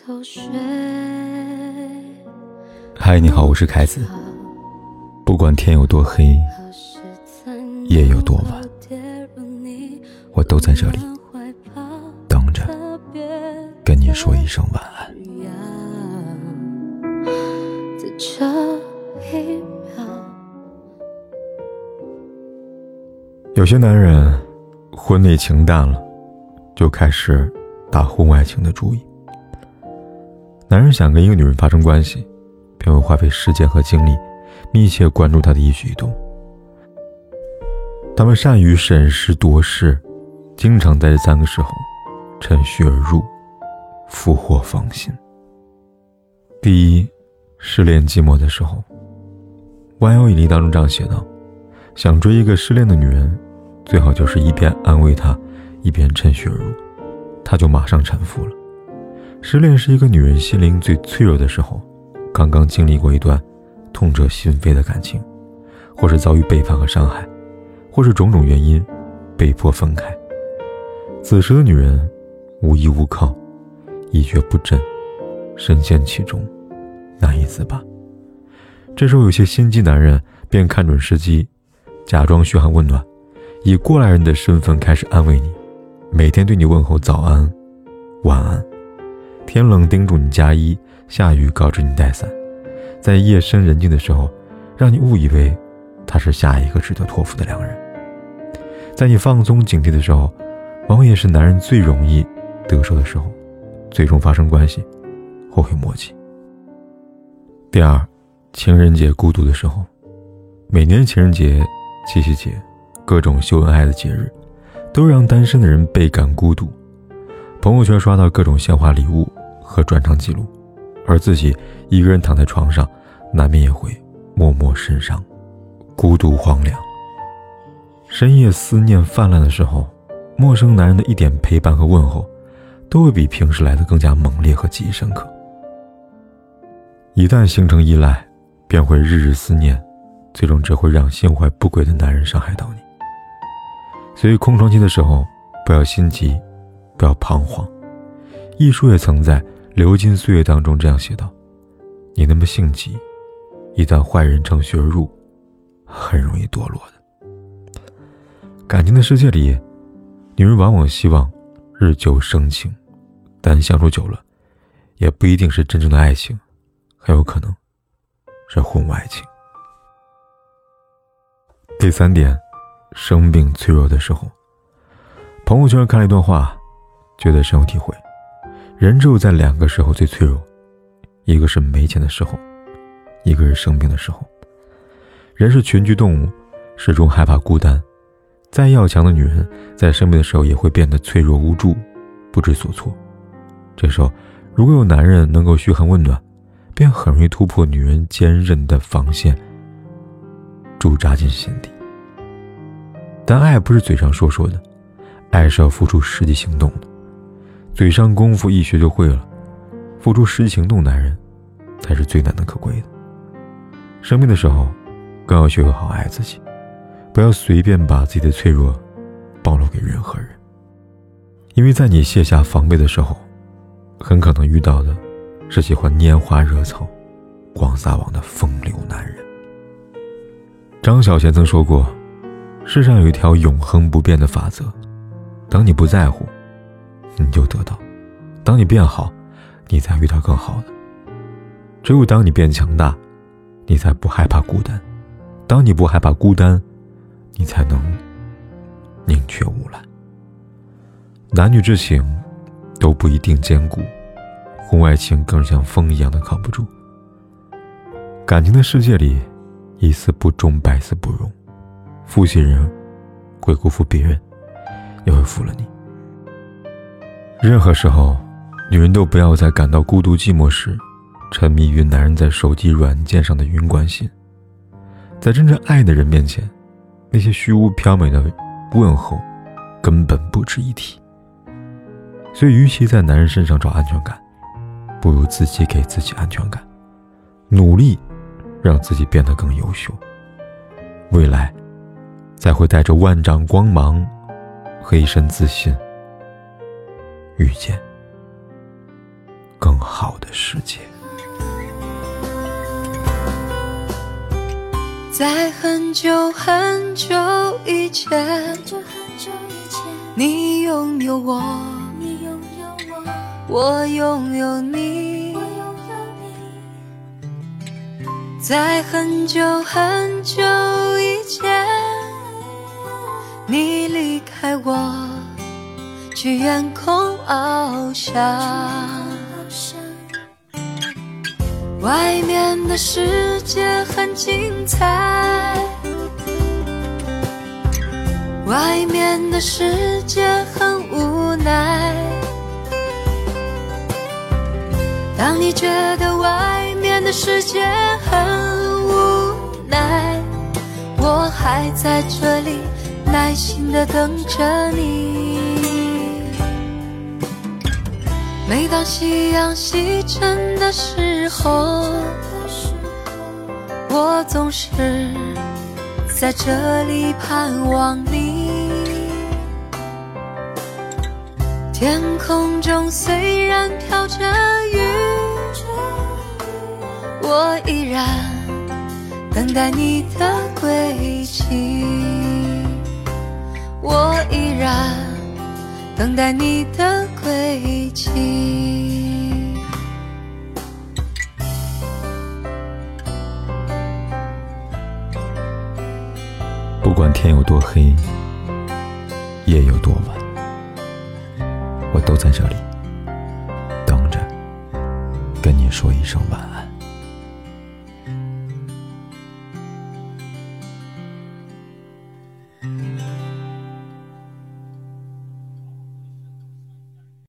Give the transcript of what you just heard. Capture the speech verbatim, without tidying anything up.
嗨，你好，我是凯子。不管天有多黑，夜有多晚，我都在这里等着跟你说一声晚安。有些男人婚内情淡了，就开始打婚外情的主意。男人想跟一个女人发生关系，便会花费时间和精力密切关注她的一举一动。他们善于审时度势，经常在这三个时候趁虚而入，俘获芳心。第一，失恋寂寞的时候。万有引力当中这样写道，想追一个失恋的女人，最好就是一边安慰她，一边趁虚而入，她就马上臣服了。失恋是一个女人心灵最脆弱的时候，刚刚经历过一段痛彻心扉的感情，或是遭遇背叛和伤害，或是种种原因被迫分开。此时的女人无依无靠，一蹶不振，深陷其中，难以自拔。这时候有些心机男人便看准时机，假装嘘寒问暖，以过来人的身份开始安慰你，每天对你问候早安晚安，天冷叮嘱你加衣，下雨告知你带伞，在夜深人静的时候让你误以为他是下一个值得托付的良人。在你放松警惕的时候，往往也是男人最容易得手的时候，最终发生关系，后悔莫及。第二，情人节孤独的时候。每年情人节、七夕节，各种秀恩爱的节日，都让单身的人倍感孤独。朋友圈刷到各种鲜花礼物和转场记录，而自己一个人躺在床上，难免也会默默神伤，孤独荒凉。深夜思念泛滥的时候，陌生男人的一点陪伴和问候，都会比平时来的更加猛烈和记忆深刻。一旦形成依赖，便会日日思念，最终只会让心怀不轨的男人伤害到你。所以空窗期的时候，不要心急，不要彷徨。一书也曾在《流金岁月》当中这样写道，你那么性急，一旦坏人乘虚而入，很容易堕落的。感情的世界里，女人往往希望日久生情，但相处久了，也不一定是真正的爱情，很有可能是婚外情。第三点，生病脆弱的时候。朋友圈看了一段话，觉得深有体会。人只有在两个时候最脆弱，一个是没钱的时候，一个是生病的时候。人是群居动物，始终害怕孤单。再要强的女人，在生病的时候也会变得脆弱无助，不知所措。这时候如果有男人能够嘘寒问暖，便很容易突破女人坚韧的防线，驻扎进心底。但爱不是嘴上说说的，爱是要付出实际行动的。嘴上功夫一学就会了，付出实际行动，男人才是最难能可贵的。生病的时候，更要学会好爱自己，不要随便把自己的脆弱暴露给任何人。因为在你卸下防备的时候，很可能遇到的是喜欢拈花惹草、广撒网的风流男人。张小娴曾说过，世上有一条永恒不变的法则，当你不在乎，你就得到；当你变好，你才遇到更好的。只有当你变强大，你才不害怕孤单；当你不害怕孤单，你才能宁缺毋滥。男女之情都不一定坚固，婚外情更像风一样的靠不住。感情的世界里，一丝不忠，百丝不容。负心人会辜负别人，也会负了你。任何时候，女人都不要在感到孤独寂寞时，沉迷于男人在手机软件上的云关心。在真正爱的人面前，那些虚无缥缈的问候根本不值一提。所以与其在男人身上找安全感，不如自己给自己安全感，努力让自己变得更优秀，未来才会带着万丈光芒和一身自信遇见更好的世界。 在很久很久以前，你拥有我，我拥有你。在很久很久以前，你离开我，去远空翱翔。外面的世界很精彩，外面的世界很无奈。当你觉得外面的世界很无奈，我还在这里耐心地等着你。每当夕阳西沉的时候，我总是在这里盼望你。天空中虽然飘着雨，我依然等待你的归期，我依然等待你的归期。 不管天有多黑，夜有多晚，我都在这里等着跟你说一声晚安。